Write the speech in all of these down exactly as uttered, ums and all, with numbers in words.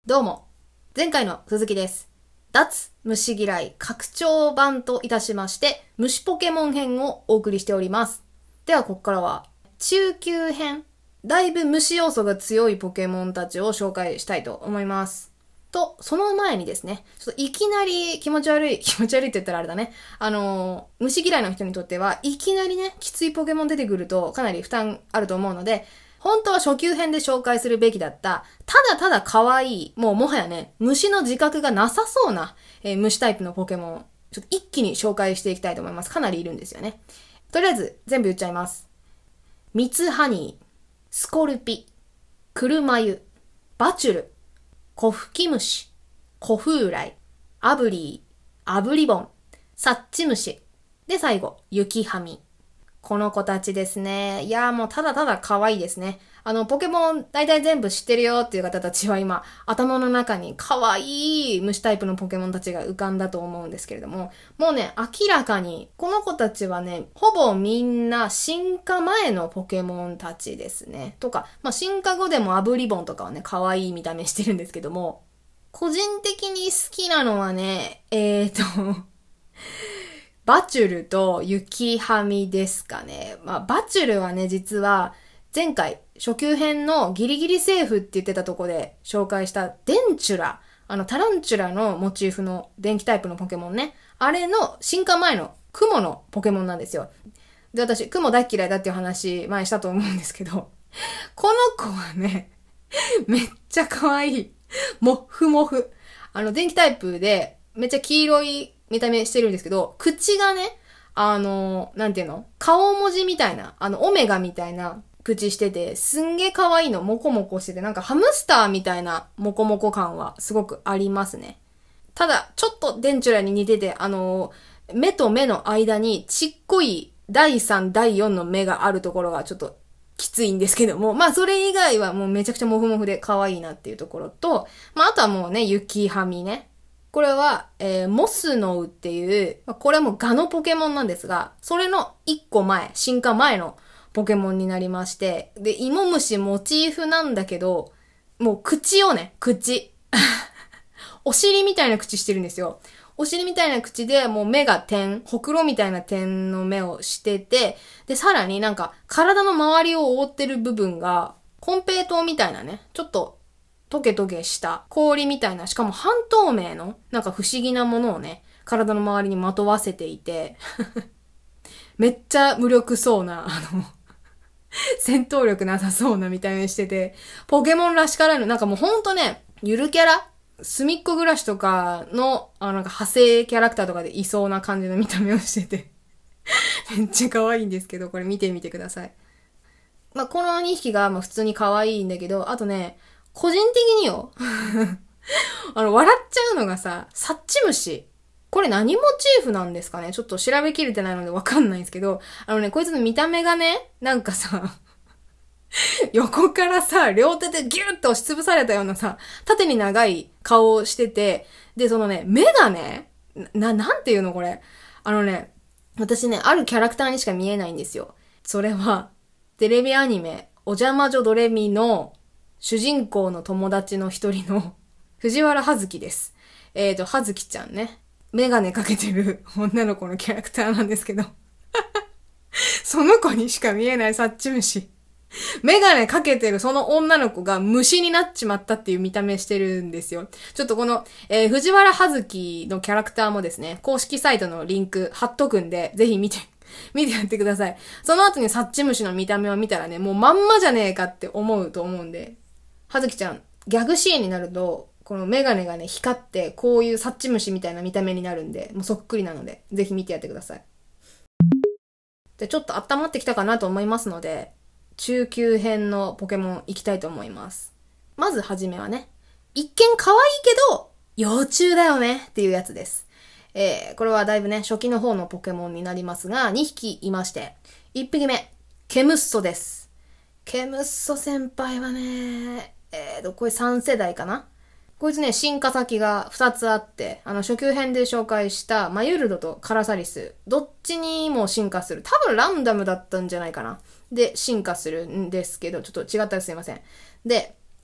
どうも、前回の鈴木です。脱虫嫌い拡張版といたしまして、虫ポケモン編をお送りしております。では、ここからは、中級編。だいぶ虫要素が強いポケモンたちを紹介したいと思います。と、その前にですね、ちょっといきなり気持ち悪い、気持ち悪いって言ったらあれだね。あのー、虫嫌いの人にとっては、いきなりね、きついポケモン出てくるとかなり負担あると思うので、本当は初級編で紹介するべきだった、ただただ可愛い、もうもはやね、虫の自覚がなさそうな、えー、虫タイプのポケモン、ちょっと一気に紹介していきたいと思います。かなりいるんですよね。とりあえず、全部言っちゃいます。ミツハニー、スコルピ、クルマユ、バチュル、コフキムシ、コフウライ、アブリー、アブリボン、サッチムシ。で、最後、ユキハミ。この子たちですね。いやーもうただただ可愛いですね。あの、ポケモン大体全部知ってるよっていう方たちは今、頭の中に可愛い虫タイプのポケモンたちが浮かんだと思うんですけれども、もうね、明らかに、この子たちはね、ほぼみんな進化前のポケモンたちですね。とか、まあ、進化後でもアブリボンとかはね、可愛い見た目してるんですけども、個人的に好きなのはね、えーと、バチュルとユキハミですかね。まあ、バチュルはね、実は、前回、初級編のギリギリセーフって言ってたとこで紹介したデンチュラ。あの、タランチュラのモチーフの電気タイプのポケモンね。あれの進化前のクモのポケモンなんですよ。で、私、クモ大嫌いだっていう話前したと思うんですけど、この子はね、めっちゃ可愛い。もふもふ。あの、電気タイプで、めっちゃ黄色い見た目してるんですけど、口がね、あの、なんていうの？顔文字みたいな、あの、オメガみたいな口してて、すんげー可愛いの、モコモコしてて、なんかハムスターみたいなモコモコ感はすごくありますね。ただ、ちょっとデンチュラに似てて、あの、目と目の間にちっこいだいさん、だいよんの目があるところがちょっときついんですけども、まあそれ以外はもうめちゃくちゃモフモフで可愛いなっていうところと、まああとはもうね、雪はみね。これは、えー、モスノウっていう、これもガのポケモンなんですが、それのいっこまえ、進化前のポケモンになりまして、で、イモムシモチーフなんだけど、もう口をね、口。お尻みたいな口してるんですよ。お尻みたいな口で、もう目が点、ほくろみたいな点の目をしてて、で、さらになんか、体の周りを覆ってる部分が、コンペイトーみたいなね、ちょっと、トゲトゲした氷みたいな、しかも半透明の、なんか不思議なものをね、体の周りにまとわせていて、めっちゃ無力そうな、あの、戦闘力なさそうな見た目してて、ポケモンらしからぬ、なんかもうほんとね、ゆるキャラ隅っこ暮らしとかの、あの、なんか派生キャラクターとかでいそうな感じの見た目をしてて、めっちゃ可愛いんですけど、これ見てみてください。まあ、このにひきがまあ普通に可愛いんだけど、あとね、個人的によ、あの、笑っちゃうのがさ、サッチムシ。これ何モチーフなんですかね？ちょっと調べきれてないのでわかんないんですけど、あのね、こいつの見た目がね、なんかさ、横からさ、両手でギュッと押しつぶされたようなさ、縦に長い顔をしてて、で、そのね、目がね、な、なんていうのこれ。あのね、私ね、あるキャラクターにしか見えないんですよ。それは、テレビアニメ、お邪魔女ドレミの主人公の友達の一人の藤原葉月です。えーと、葉月ちゃんね。メガネかけてる女の子のキャラクターなんですけど。その子にしか見えないサッチムシ。メガネかけてるその女の子が虫になっちまったっていう見た目してるんですよ。ちょっとこの、えー、藤原葉月のキャラクターもですね、公式サイトのリンク貼っとくんで、ぜひ見て、見てやってください。その後にサッチムシの見た目を見たらね、もうまんまじゃねえかって思うと思うんで、葉月ちゃん、ギャグシーンになると、このメガネがね、光って、こういうサッチムシみたいな見た目になるんで、もうそっくりなので、ぜひ見てやってください。で、ちょっと温まってきたかなと思いますので、中級編のポケモン行きたいと思います。まずはじめはね、一見可愛いけど、幼虫だよねっていうやつです。えー、これはだいぶね、初期の方のポケモンになりますが、にひきいまして、いっぴきめ、ケムッソです。ケムッソ先輩はね、えーと、これさんせだいかな？こいつね、進化先がふたつあって、あの、初級編で紹介したマユルドとカラサリス、どっちにも進化する。多分ランダムだったんじゃないかな。で、進化するんですけど、ちょっと違ったらすいません。で、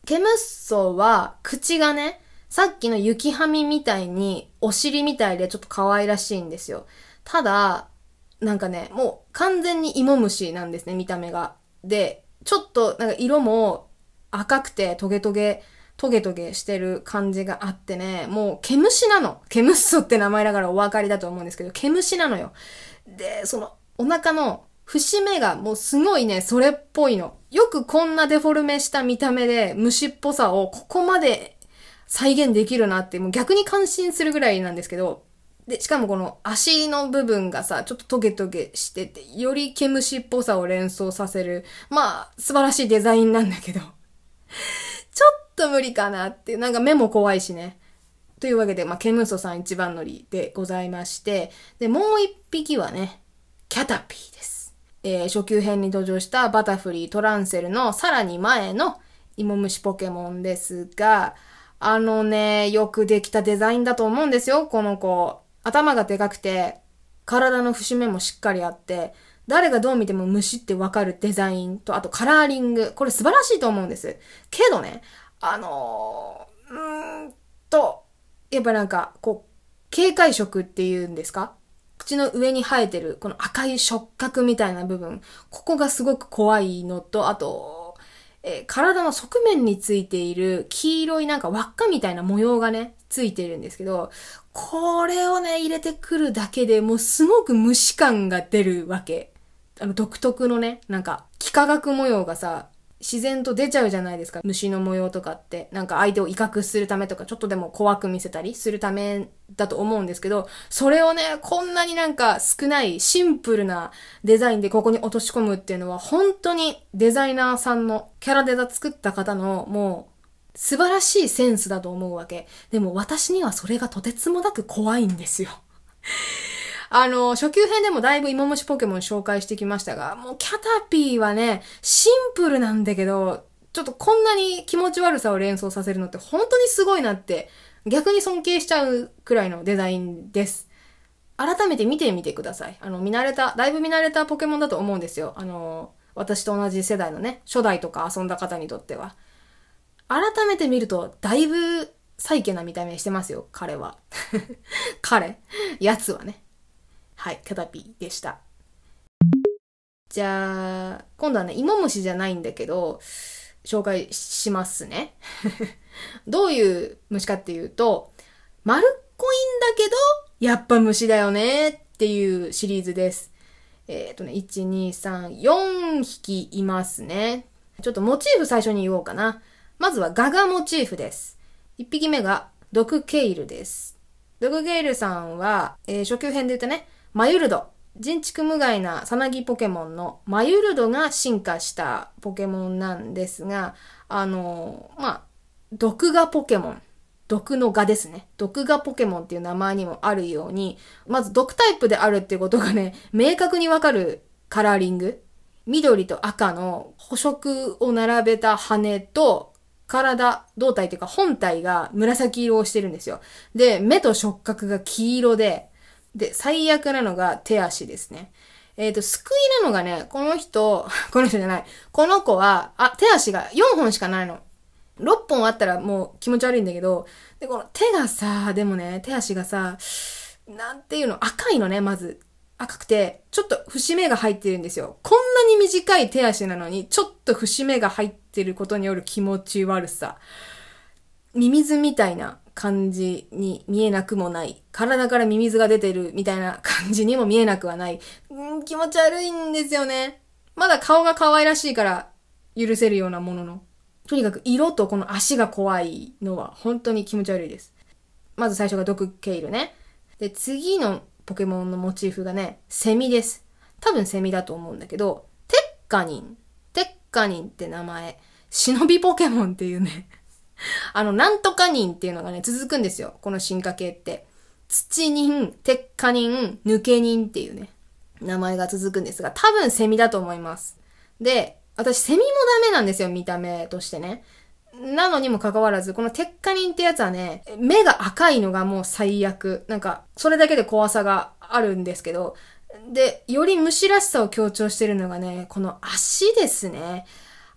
ケムッソは口がね、さっきの雪はみみたいにお尻みたいでちょっと可愛らしいんですよ。ただ、なんかね、もう完全に芋虫なんですね、見た目が。で、ちょっとなんか色も赤くてトゲトゲ、トゲトゲしてる感じがあってね、もう毛虫なの。ケムッソって名前だからお分かりだと思うんですけど、毛虫なのよ。で、そのお腹の節目がもうすごいね、それっぽいの。よくこんなデフォルメした見た目で虫っぽさをここまで再現できるなって、もう逆に感心するぐらいなんですけど、で、しかもこの足の部分がさ、ちょっとトゲトゲしてて、より毛虫っぽさを連想させる、まあ、素晴らしいデザインなんだけど、ちょっと無理かなっていう、なんか目も怖いしね。というわけで、まあ、ケムソさん一番乗りでございまして、で、もう一匹はね、キャタピーです。えー、初級編に登場したバタフリー、トランセルのさらに前の芋虫ポケモンですが、あのね、よくできたデザインだと思うんですよ、この子。頭がでかくて、体の節目もしっかりあって、誰がどう見ても虫ってわかるデザインと、あとカラーリング。これ素晴らしいと思うんです。けどね、あのー、うーんと、やっぱなんか、こう、警戒色っていうんですか？口の上に生えてる、この赤い触覚みたいな部分。ここがすごく怖いのと、あと、えー、体の側面についている黄色いなんか輪っかみたいな模様がね、ついてるんですけど、これをね、入れてくるだけでもうすごく虫感が出るわけ。あの独特のね、なんか、幾何学模様がさ、自然と出ちゃうじゃないですか。虫の模様とかって。なんか相手を威嚇するためとか、ちょっとでも怖く見せたりするためだと思うんですけど、それをね、こんなになんか少ないシンプルなデザインでここに落とし込むっていうのは、本当にデザイナーさんの、キャラデザ作った方の、もう、素晴らしいセンスだと思うわけ。でも私にはそれがとてつもなく怖いんですよ。あの、初級編でもだいぶ芋虫ポケモン紹介してきましたが、もうキャタピーはね、シンプルなんだけど、ちょっとこんなに気持ち悪さを連想させるのって本当にすごいなって、逆に尊敬しちゃうくらいのデザインです。改めて見てみてください。あの、見慣れた、だいぶ見慣れたポケモンだと思うんですよ。あの、私と同じ世代のね、初代とか遊んだ方にとっては。改めて見ると、だいぶ、サイケな見た目してますよ、彼は。彼やつはね。はい、キャタピーでした。じゃあ、今度はね、芋虫じゃないんだけど、紹介しますね。どういう虫かっていうと、丸っこいんだけど、やっぱ虫だよねっていうシリーズです。えっとね、いち、に、さん、よんひきいますね。ちょっとモチーフ最初に言おうかな。まずはガがモチーフです。いっぴきめがドクケイルです。ドクケイルさんは、えー、初級編で言うとね、マユルド。人畜無害なさなぎポケモンのマユルドが進化したポケモンなんですが、あのー、まあ、毒ガポケモン。毒のガですね。毒ガポケモンっていう名前にもあるように、まず毒タイプであるっていうことがね、明確にわかるカラーリング。緑と赤の補色を並べた羽と、体、胴体っていうか本体が紫色をしてるんですよ。で、目と触覚が黄色で、で、最悪なのが手足ですね。えっと、救いなのがね、この人、この人じゃない。この子は、あ、手足がよんほんしかないの。ろっぽんあったらもう気持ち悪いんだけど、で、この手がさ、でもね、手足がさ、なんていうの、赤いのね、まず。赤くて、ちょっと節目が入ってるんですよ。こんなに短い手足なのに、ちょっと節目が入ってることによる気持ち悪さ。ミミズみたいな感じに見えなくもない。体からミミズが出てるみたいな感じにも見えなくはない。うん、気持ち悪いんですよね。まだ顔が可愛らしいから許せるようなものの。とにかく色とこの足が怖いのは本当に気持ち悪いです。まず最初がドクケイルね。で、次のポケモンのモチーフがね、セミです。多分セミだと思うんだけど、テッカニン。テッカニンって名前。忍びポケモンっていうね。あの、なんとか人っていうのがね、続くんですよ。この進化系って。土人、鉄火人、抜け人っていうね、名前が続くんですが、多分セミだと思います。で、私セミもダメなんですよ、見た目としてね。なのにもかかわらず、この鉄火人ってやつはね、目が赤いのがもう最悪。なんか、それだけで怖さがあるんですけど、で、より虫らしさを強調してるのがね、この足ですね。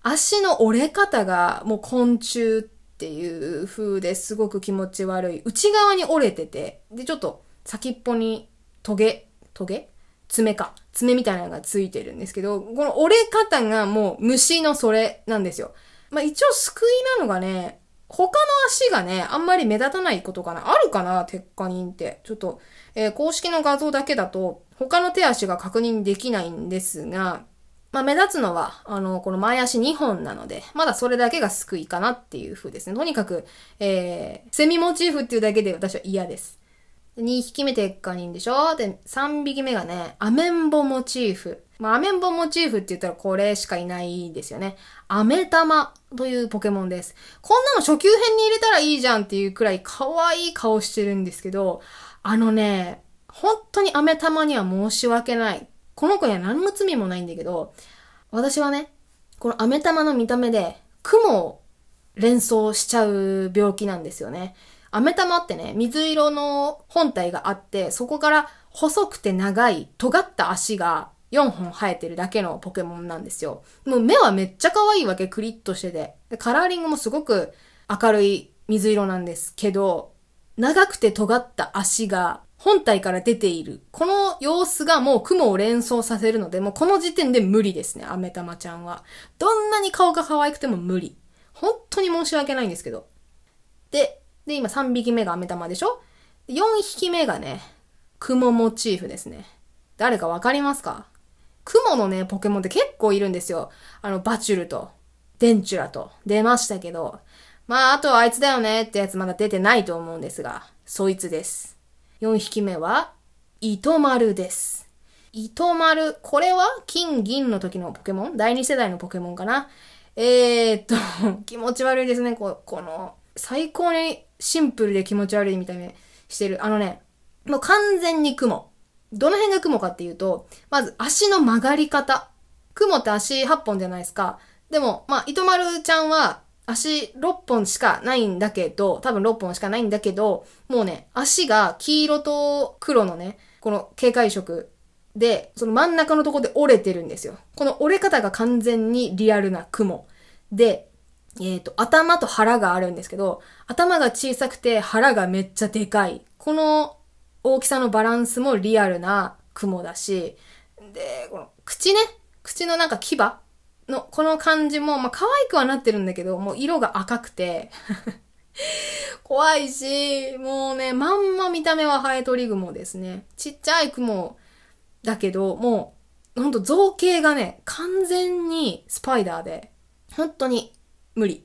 足の折れ方がもう昆虫っていう風ですごく気持ち悪い。内側に折れてて、で、ちょっと先っぽにトゲ、トゲ爪か。爪みたいなのがついてるんですけど、この折れ方がもう虫のそれなんですよ。まあ一応救いなのがね、他の足がね、あんまり目立たないことかな。あるかな鉄火人って。ちょっと、えー、公式の画像だけだと、他の手足が確認できないんですが、まあ目立つのは、あの、この前足にほんなので、まだそれだけが救いかなっていう風ですね。とにかく、えー、セミモチーフっていうだけで私は嫌です。にひきめ鉄火人でしょで、さんびきめがね、アメンボモチーフ。まあ、アメンボモチーフって言ったらこれしかいないですよね。アメタマというポケモンです。こんなの初級編に入れたらいいじゃんっていうくらい可愛い顔してるんですけど、あのね、本当にアメタマには申し訳ない。この子には何の罪もないんだけど、私はね、このアメタマの見た目で雲を連想しちゃう病気なんですよね。アメタマってね、水色の本体があって、そこから細くて長い尖った足がよんほん生えてるだけのポケモンなんですよ。もう目はめっちゃ可愛いわけ、クリッとしてて。でカラーリングもすごく明るい水色なんですけど、長くて尖った足が本体から出ている。この様子がもう雲を連想させるので、もうこの時点で無理ですね、アメタマちゃんは。どんなに顔が可愛くても無理。本当に申し訳ないんですけど。で、で、今さんびきめがアメタマでしょ ?よん 匹目がね、雲モチーフですね。誰かわかりますか？雲のね、ポケモンって結構いるんですよ。あの、バチュルと、デンチュラと出ましたけど、まあ、あとはあいつだよねってやつまだ出てないと思うんですが、そいつです。よんひきめは、糸丸です。糸丸、これは金銀の時のポケモン？だいに世代のポケモンかな？えーっと、気持ち悪いですね、ここの、最高にシンプルで気持ち悪い見た目してる。あのね、もう完全に雲。どの辺が雲かっていうと、まず足の曲がり方。雲って足はっぽんじゃないですか。でも、まあ、糸丸ちゃんは足ろっぽんしかないんだけど、多分ろっぽんしかないんだけど、もうね、足が黄色と黒のね、この警戒色で、その真ん中のところで折れてるんですよ。この折れ方が完全にリアルな雲。で、えっと、頭と腹があるんですけど、頭が小さくて腹がめっちゃでかい。この大きさのバランスもリアルな雲だし、で、この口ね、口のなんか牙のこの感じも、まあ可愛くはなってるんだけど、もう色が赤くて、怖いし、もうね、まんま見た目はハエトリグモですね。ちっちゃい雲だけど、もう、ほんと造形がね、完全にスパイダーで、本当に無理。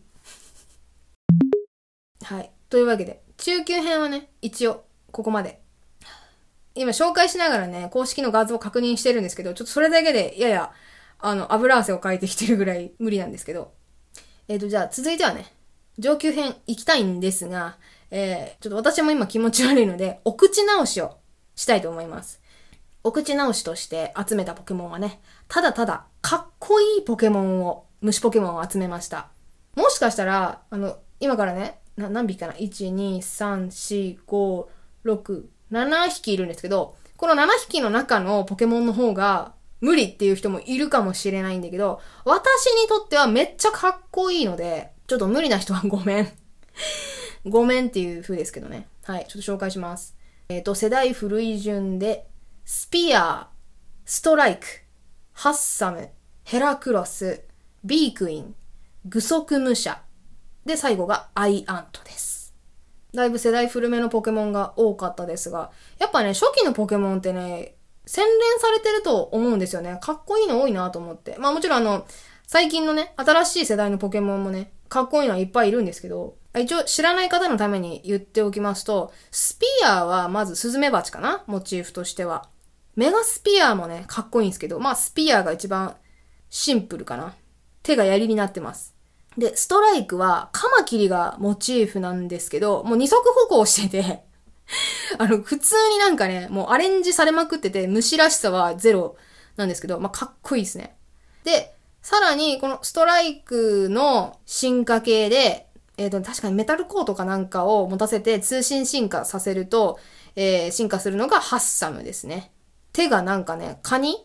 はい。というわけで、中級編はね、一応、ここまで。今紹介しながらね、公式の画像を確認してるんですけど、ちょっとそれだけで、やや、あの、油汗をかいてきてるぐらい無理なんですけど。えっと、じゃあ続いてはね、上級編行きたいんですが、えー、ちょっと私も今気持ち悪いので、お口直しをしたいと思います。お口直しとして集めたポケモンはね、ただただかっこいいポケモンを、虫ポケモンを集めました。もしかしたら、あの、今からね、な何匹かな ?いち、に、さん、よん、ご、ろく、ななひきいるんですけど、このななひきの中のポケモンの方が無理っていう人もいるかもしれないんだけど、私にとってはめっちゃかっこいいので、ちょっと無理な人はごめん。ごめんっていう風ですけどね。はい、ちょっと紹介します。えっと、世代古い順で、スピアー、ストライク、ハッサム、ヘラクロス、ビークイン、グソクムシャ。で、最後がアイアントです。だいぶ世代古めのポケモンが多かったですが、やっぱね、初期のポケモンってね、洗練されてると思うんですよね。かっこいいの多いなと思って。まあもちろんあの、最近のね、新しい世代のポケモンもね、かっこいいのはいっぱいいるんですけど、一応知らない方のために言っておきますと、スピアーはまずスズメバチかな？モチーフとしては。メガスピアーもね、かっこいいんですけど、まあスピアーが一番シンプルかな。手が槍になってます。で、ストライクはカマキリがモチーフなんですけど、もう二足歩行してて、あの、普通になんかね、もうアレンジされまくってて、虫らしさはゼロなんですけど、まあかっこいいですね。で、さらに、このストライクの進化系で、えっと、確かにメタルコートかなんかを持たせて通信進化させると、えー、進化するのがハッサムですね。手がなんかね、カニ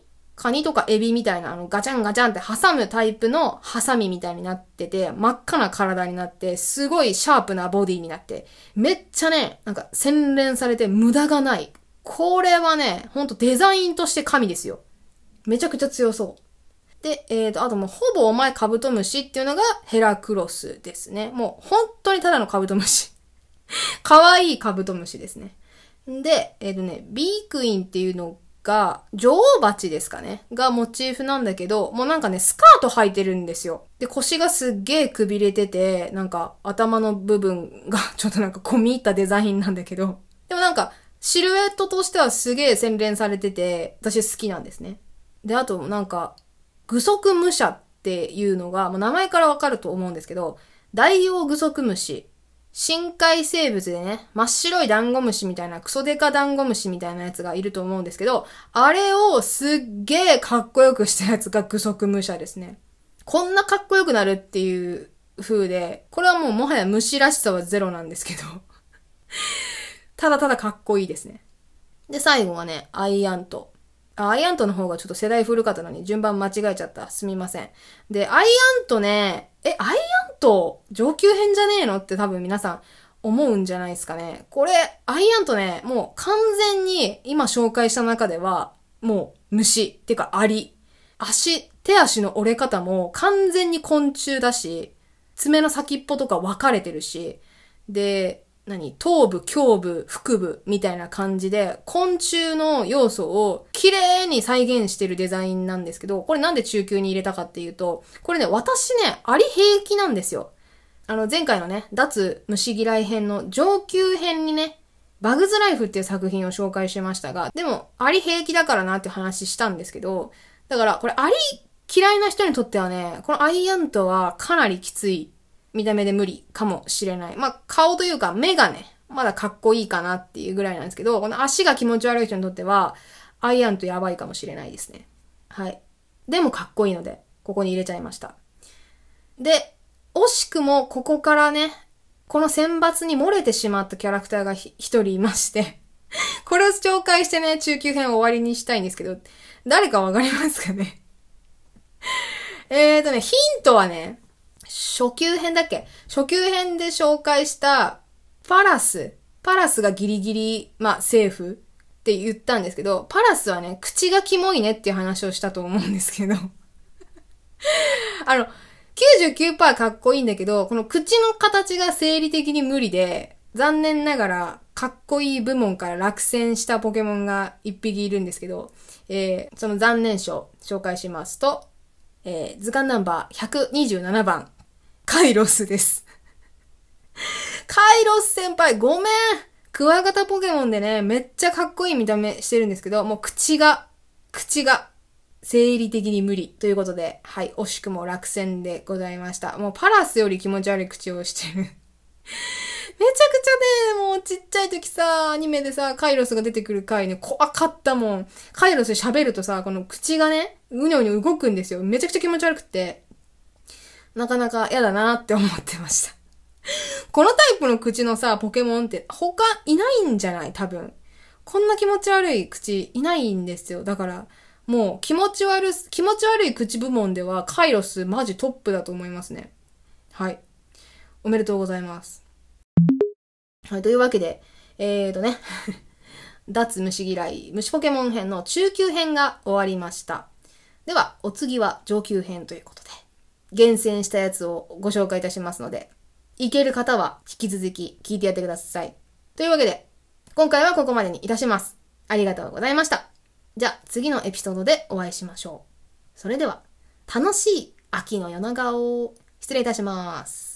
カニとかエビみたいなあのガチャンガチャンって挟むタイプのハサミみたいになってて、真っ赤な体になって、すごいシャープなボディになって、めっちゃね、なんか洗練されて無駄がない。これはね、ほんとデザインとして神ですよ。めちゃくちゃ強そう。で、えーと、あともうほぼお前カブトムシっていうのがヘラクロスですね。もう本当にただのカブトムシ。可愛いカブトムシですね。で、えっとね、ビークインっていうのが、女王蜂ですかねがモチーフなんだけど、もうなんかね、スカート履いてるんですよ。で、腰がすっげえくびれてて、なんか頭の部分がちょっとなんか込み入ったデザインなんだけど、でもなんか、シルエットとしてはすげえ洗練されてて、私好きなんですね。で、あとなんか、グソクムシャっていうのが、もう名前からわかると思うんですけど、ダイオウグソクムシ。深海生物でね、真っ白いダンゴムシみたいな、クソデカダンゴムシみたいなやつがいると思うんですけど、あれをすっげえかっこよくしたやつがグソクムシャですね。こんなかっこよくなるっていう風で、これはもうもはや虫らしさはゼロなんですけど、ただただかっこいいですね。で、最後がね、アイアント。アイアントの方がちょっと世代古かったのに順番間違えちゃった。すみません。で、アイアントね、え、アイアント上級編じゃねえのって多分皆さん思うんじゃないですかね。これ、アイアントね、もう完全に今紹介した中では、もう虫。っていうかアリ。足、手足の折れ方も完全に昆虫だし、爪の先っぽとか分かれてるし、で、何頭部、胸部、腹部みたいな感じで昆虫の要素を綺麗に再現してるデザインなんですけど、これなんで中級に入れたかっていうと、これね、私ね、アリ平気なんですよ。あの前回のね、脱虫嫌い編の上級編にね、バグズライフっていう作品を紹介しましたが、でもアリ平気だからなって話したんですけど、だからこれアリ嫌いな人にとってはね、このアイアントはかなりきつい。見た目で無理かもしれない。まあ、顔というか目がね、まだかっこいいかなっていうぐらいなんですけど、この足が気持ち悪い人にとっては、アイアントやばいかもしれないですね。はい。でもかっこいいので、ここに入れちゃいました。で、惜しくもここからね、この選抜に漏れてしまったキャラクターが一人いまして、これを紹介してね、中級編を終わりにしたいんですけど、誰かわかりますかねえーとね、ヒントはね、初級編だっけ初級編で紹介したパラス。パラスがギリギリ、まあ、セーフって言ったんですけど、パラスはね、口がキモいねっていう話をしたと思うんですけど。あの、きゅうじゅうきゅうパーセント かっこいいんだけど、この口の形が生理的に無理で、残念ながらかっこいい部門から落選したポケモンが一匹いるんですけど、えー、その残念賞紹介しますと、えー、図鑑ナンバーひゃくにじゅうななばん。カイロスです。カイロス先輩、ごめん。クワガタポケモンでね、めっちゃかっこいい見た目してるんですけど、もう口が、口が、生理的に無理ということで、はい、惜しくも落選でございました。もうパラスより気持ち悪い口をしてる。めちゃくちゃね、もうちっちゃい時さ、アニメでさ、カイロスが出てくる回ね、怖かったもん。カイロス喋るとさ、この口がね、うにょうにょ動くんですよ。めちゃくちゃ気持ち悪くって。なかなか嫌だなって思ってました。このタイプの口のさ、ポケモンって他いないんじゃない多分。こんな気持ち悪い口いないんですよ。だから、もう気持ち悪い、気持ち悪い口部門ではカイロスマジトップだと思いますね。はい。おめでとうございます。はい、というわけで、えーとね、脱虫嫌い、虫ポケモン編の中級編が終わりました。では、お次は上級編ということで。厳選したやつをご紹介いたしますので、いける方は引き続き聞いてやってください。というわけで、今回はここまでにいたします。ありがとうございました。じゃあ次のエピソードでお会いしましょう。それでは、楽しい秋の夜長を失礼いたします。